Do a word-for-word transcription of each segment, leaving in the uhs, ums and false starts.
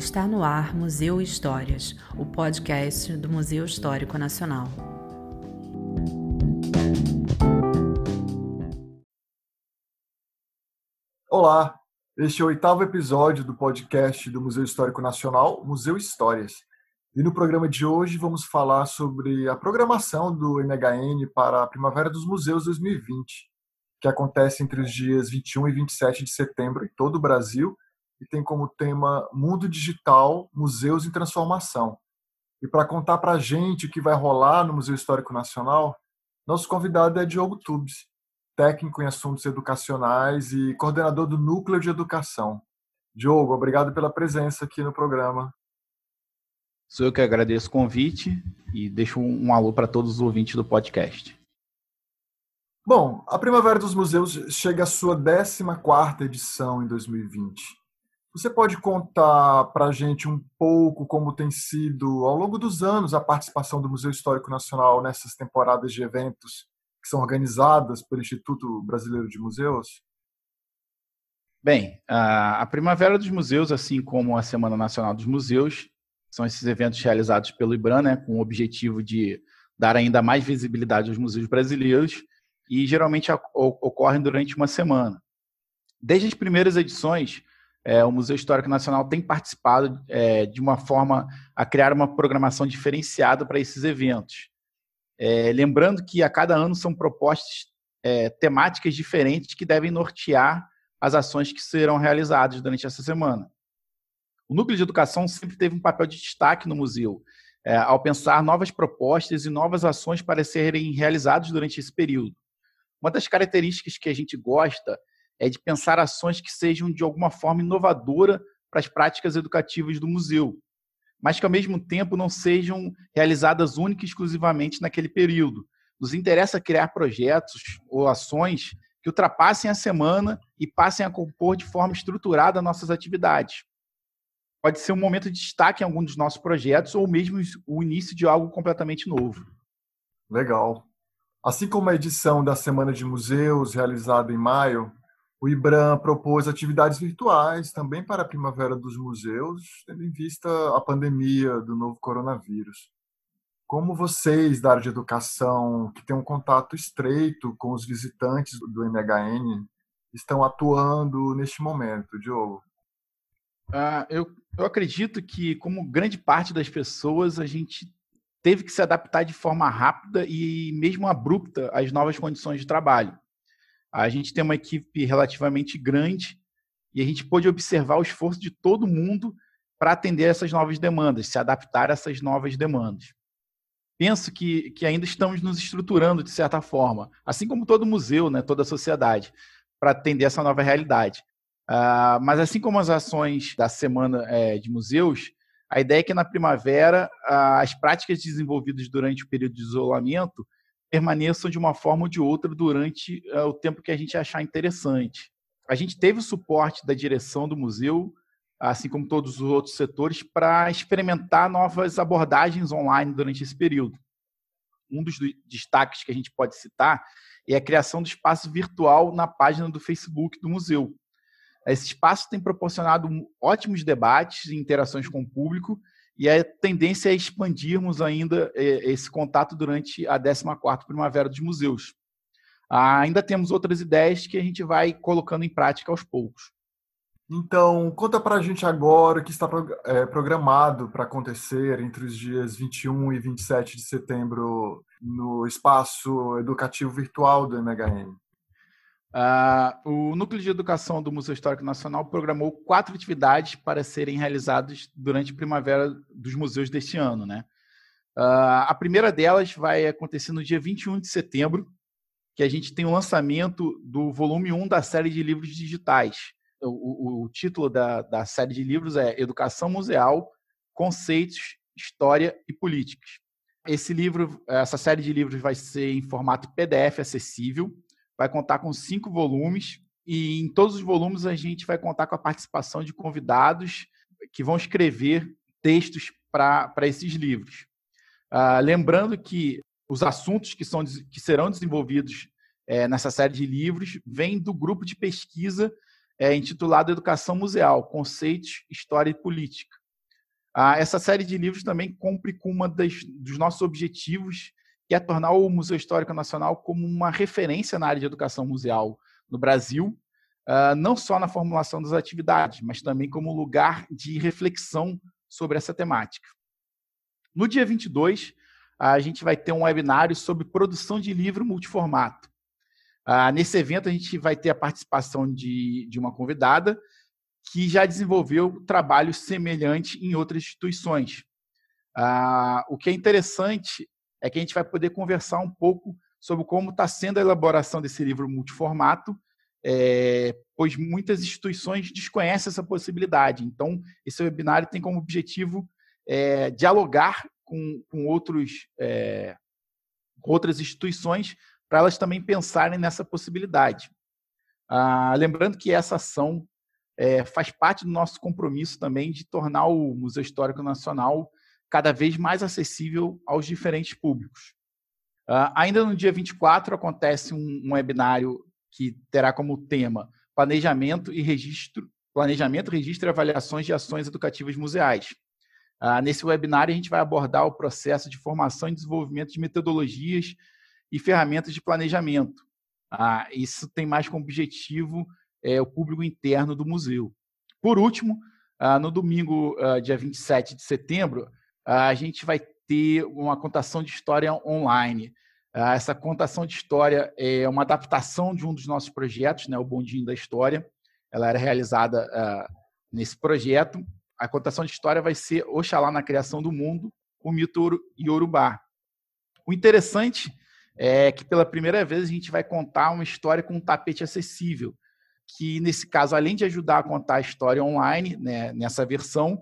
Está no ar Museu Histórias, o podcast do Museu Histórico Nacional. Olá, este é o oitavo episódio do podcast do Museu Histórico Nacional, Museu Histórias. E no programa de hoje vamos falar sobre a programação do M H N para a Primavera dos Museus dois mil e vinte, que acontece entre os dias vinte e um e vinte e sete de setembro em todo o Brasil e tem como tema Mundo Digital, Museus em Transformação. E para contar para a gente o que vai rolar no Museu Histórico Nacional, nosso convidado é Diogo Tubes, técnico em assuntos educacionais e coordenador do Núcleo de Educação. Diogo, obrigado pela presença aqui no programa. Sou eu que agradeço o convite e deixo um, um alô para todos os ouvintes do podcast. Bom, a Primavera dos Museus chega à sua décima quarta edição em dois mil e vinte. Você pode contar para a gente um pouco como tem sido, ao longo dos anos, a participação do Museu Histórico Nacional nessas temporadas de eventos que são organizadas pelo Instituto Brasileiro de Museus? Bem, a Primavera dos Museus, assim como a Semana Nacional dos Museus, são esses eventos realizados pelo IBRAM, né, com o objetivo de dar ainda mais visibilidade aos museus brasileiros e geralmente ocorrem durante uma semana. Desde as primeiras edições, é, o Museu Histórico Nacional tem participado é, de uma forma a criar uma programação diferenciada para esses eventos. É, lembrando que a cada ano são propostas é, temáticas diferentes que devem nortear as ações que serão realizadas durante essa semana. O Núcleo de Educação sempre teve um papel de destaque no museu, é, ao pensar novas propostas e novas ações para serem realizadas durante esse período. Uma das características que a gente gosta é de pensar ações que sejam, de alguma forma, inovadoras para as práticas educativas do museu, mas que, ao mesmo tempo, não sejam realizadas única e exclusivamente naquele período. Nos interessa criar projetos ou ações que ultrapassem a semana e passem a compor de forma estruturada nossas atividades. Pode ser um momento de destaque em algum dos nossos projetos ou mesmo o início de algo completamente novo. Legal. Assim como a edição da Semana de Museus, realizada em maio, o IBRAM propôs atividades virtuais também para a Primavera dos Museus, tendo em vista a pandemia do novo coronavírus. Como vocês, da área de educação, que têm um contato estreito com os visitantes do M H N, estão atuando neste momento, Diogo? Ah, eu, eu acredito que, como grande parte das pessoas, a gente teve que se adaptar de forma rápida e mesmo abrupta às novas condições de trabalho. A gente tem uma equipe relativamente grande e a gente pôde observar o esforço de todo mundo para atender essas novas demandas, se adaptar a essas novas demandas. Penso que, que ainda estamos nos estruturando de certa forma, assim como todo museu, né, toda a sociedade, para atender essa nova realidade. Uh, mas assim como as ações da Semana é, de Museus, a ideia é que na primavera uh, as práticas desenvolvidas durante o período de isolamento permaneçam de uma forma ou de outra durante uh, o tempo que a gente achar interessante. A gente teve o suporte da direção do museu, assim como todos os outros setores, para experimentar novas abordagens online durante esse período. Um dos destaques que a gente pode citar é a criação do espaço virtual na página do Facebook do museu. Esse espaço tem proporcionado ótimos debates e interações com o público e a tendência é expandirmos ainda esse contato durante a décima quarta Primavera dos Museus. Ainda temos outras ideias que a gente vai colocando em prática aos poucos. Então, conta para a gente agora o que está é, programado para acontecer entre os dias vinte e um e vinte e sete de setembro no espaço educativo virtual do M H N. Uh, o Núcleo de Educação do Museu Histórico Nacional programou quatro atividades para serem realizadas durante a Primavera dos Museus deste ano, né? Uh, a primeira delas vai acontecer no dia vinte e um de setembro, que a gente tem o lançamento do volume um da série de livros digitais. O, o, o título da, da série de livros é Educação Museal, Conceitos, História e Políticas. Esse livro, essa série de livros vai ser em formato P D F acessível, vai contar com cinco volumes e em todos os volumes a gente vai contar com a participação de convidados que vão escrever textos para esses livros. Uh, lembrando que os assuntos que, são, que serão desenvolvidos é, nessa série de livros vêm do grupo de pesquisa é, intitulado Educação Museal, Conceitos, História e Política. Ah, essa série de livros também cumpre com uma das, dos nossos objetivos, que é tornar o Museu Histórico Nacional como uma referência na área de educação museal no Brasil, uh, não só na formulação das atividades, mas também como lugar de reflexão sobre essa temática. No dia vinte e dois, a gente vai ter um webinário sobre produção de livro multiformato. Uh, nesse evento, a gente vai ter a participação de, de uma convidada que já desenvolveu trabalho semelhante em outras instituições. Uh, o que é interessante é que a gente vai poder conversar um pouco sobre como está sendo a elaboração desse livro multiformato, é, pois muitas instituições desconhecem essa possibilidade. Então, esse webinário tem como objetivo é, dialogar com, com outros, é, outras instituições para elas também pensarem nessa possibilidade. Ah, lembrando que essa ação é, faz parte do nosso compromisso também de tornar o Museu Histórico Nacional cada vez mais acessível aos diferentes públicos. Uh, ainda no dia vinte e quatro acontece um, um webinário que terá como tema Planejamento e Registro, Planejamento, Registro e Avaliações de Ações Educativas Museais. Uh, nesse webinário a gente vai abordar o processo de formação e desenvolvimento de metodologias e ferramentas de planejamento. Uh, isso tem mais como objetivo é, o público interno do museu. Por último, uh, no domingo, uh, dia vinte e sete de setembro, a gente vai ter uma contação de história online. Essa contação de história é uma adaptação de um dos nossos projetos, né, o Bondinho da História. Ela era realizada uh, nesse projeto. A contação de história vai ser Oxalá na Criação do Mundo, o mito Iorubá. O interessante é que, pela primeira vez, a gente vai contar uma história com um tapete acessível, que, nesse caso, além de ajudar a contar a história online, né, nessa versão,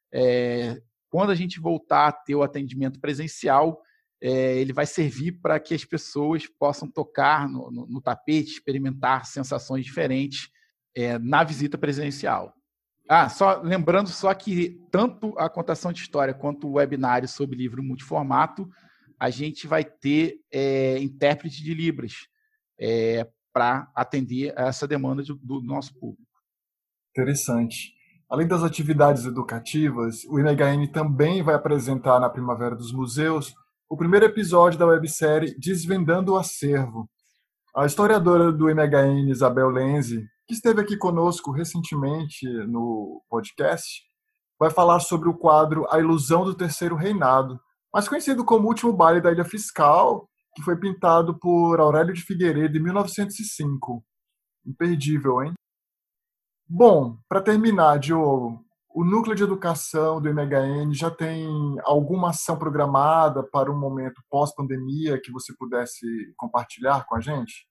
é, quando a gente voltar a ter o atendimento presencial, é, ele vai servir para que as pessoas possam tocar no, no, no tapete, experimentar sensações diferentes é, na visita presencial. Ah, só lembrando só que tanto a contação de história quanto o webinário sobre livro multiformato, a gente vai ter é, intérprete de Libras é, para atender a essa demanda do, do nosso público. Interessante. Além das atividades educativas, o I M H N também vai apresentar na Primavera dos Museus o primeiro episódio da websérie Desvendando o Acervo. A historiadora do I M H N, Isabel Lenzi, que esteve aqui conosco recentemente no podcast, vai falar sobre o quadro A Ilusão do Terceiro Reinado, mais conhecido como O Último Baile da Ilha Fiscal, que foi pintado por Aurélio de Figueiredo em mil novecentos e cinco. Imperdível, hein? Bom, para terminar, Diogo, o Núcleo de Educação do I M H N já tem alguma ação programada para um momento pós-pandemia que você pudesse compartilhar com a gente?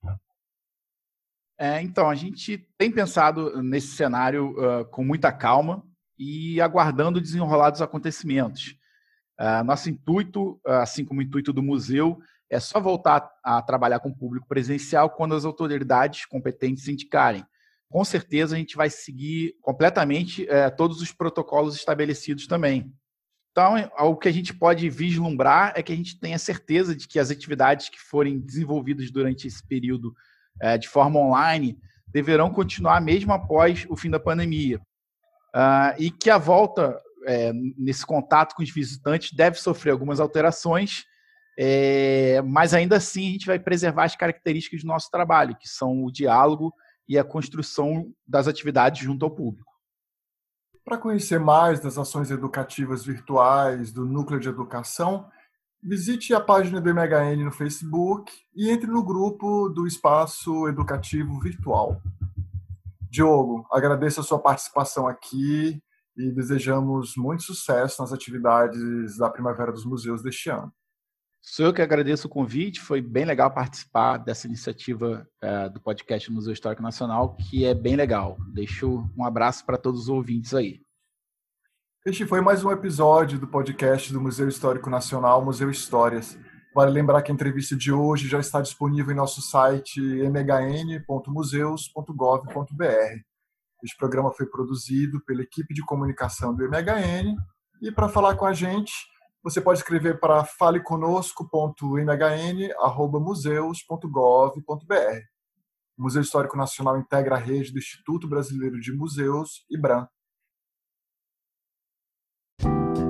É, então, a gente tem pensado nesse cenário uh, com muita calma e aguardando o desenrolar dos acontecimentos. Uh, nosso intuito, uh, assim como o intuito do museu, é só voltar a trabalhar com o público presencial quando as autoridades competentes indicarem. Com certeza a gente vai seguir completamente é, todos os protocolos estabelecidos também. Então, o que a gente pode vislumbrar é que a gente tenha certeza de que as atividades que forem desenvolvidas durante esse período é, de forma online deverão continuar mesmo após o fim da pandemia. Uh, e que a volta é, nesse contato com os visitantes deve sofrer algumas alterações, é, mas ainda assim a gente vai preservar as características do nosso trabalho, que são o diálogo e a construção das atividades junto ao público. Para conhecer mais das ações educativas virtuais do Núcleo de Educação, visite a página do I M H N no Facebook e entre no grupo do Espaço Educativo Virtual. Diogo, agradeço a sua participação aqui e desejamos muito sucesso nas atividades da Primavera dos Museus deste ano. Sou eu que agradeço o convite, foi bem legal participar dessa iniciativa é, do podcast Museu Histórico Nacional, que é bem legal. Deixo um abraço para todos os ouvintes aí. Este foi mais um episódio do podcast do Museu Histórico Nacional, Museu Histórias. Vale lembrar que a entrevista de hoje já está disponível em nosso site m h n ponto museus ponto gov ponto b r. Este programa foi produzido pela equipe de comunicação do I M H N e para falar com a gente, você pode escrever para faleconosco ponto m h n arroba museus ponto gov ponto b r. O Museu Histórico Nacional integra a rede do Instituto Brasileiro de Museus, IBRAM.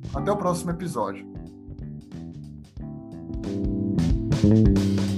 Até o próximo episódio.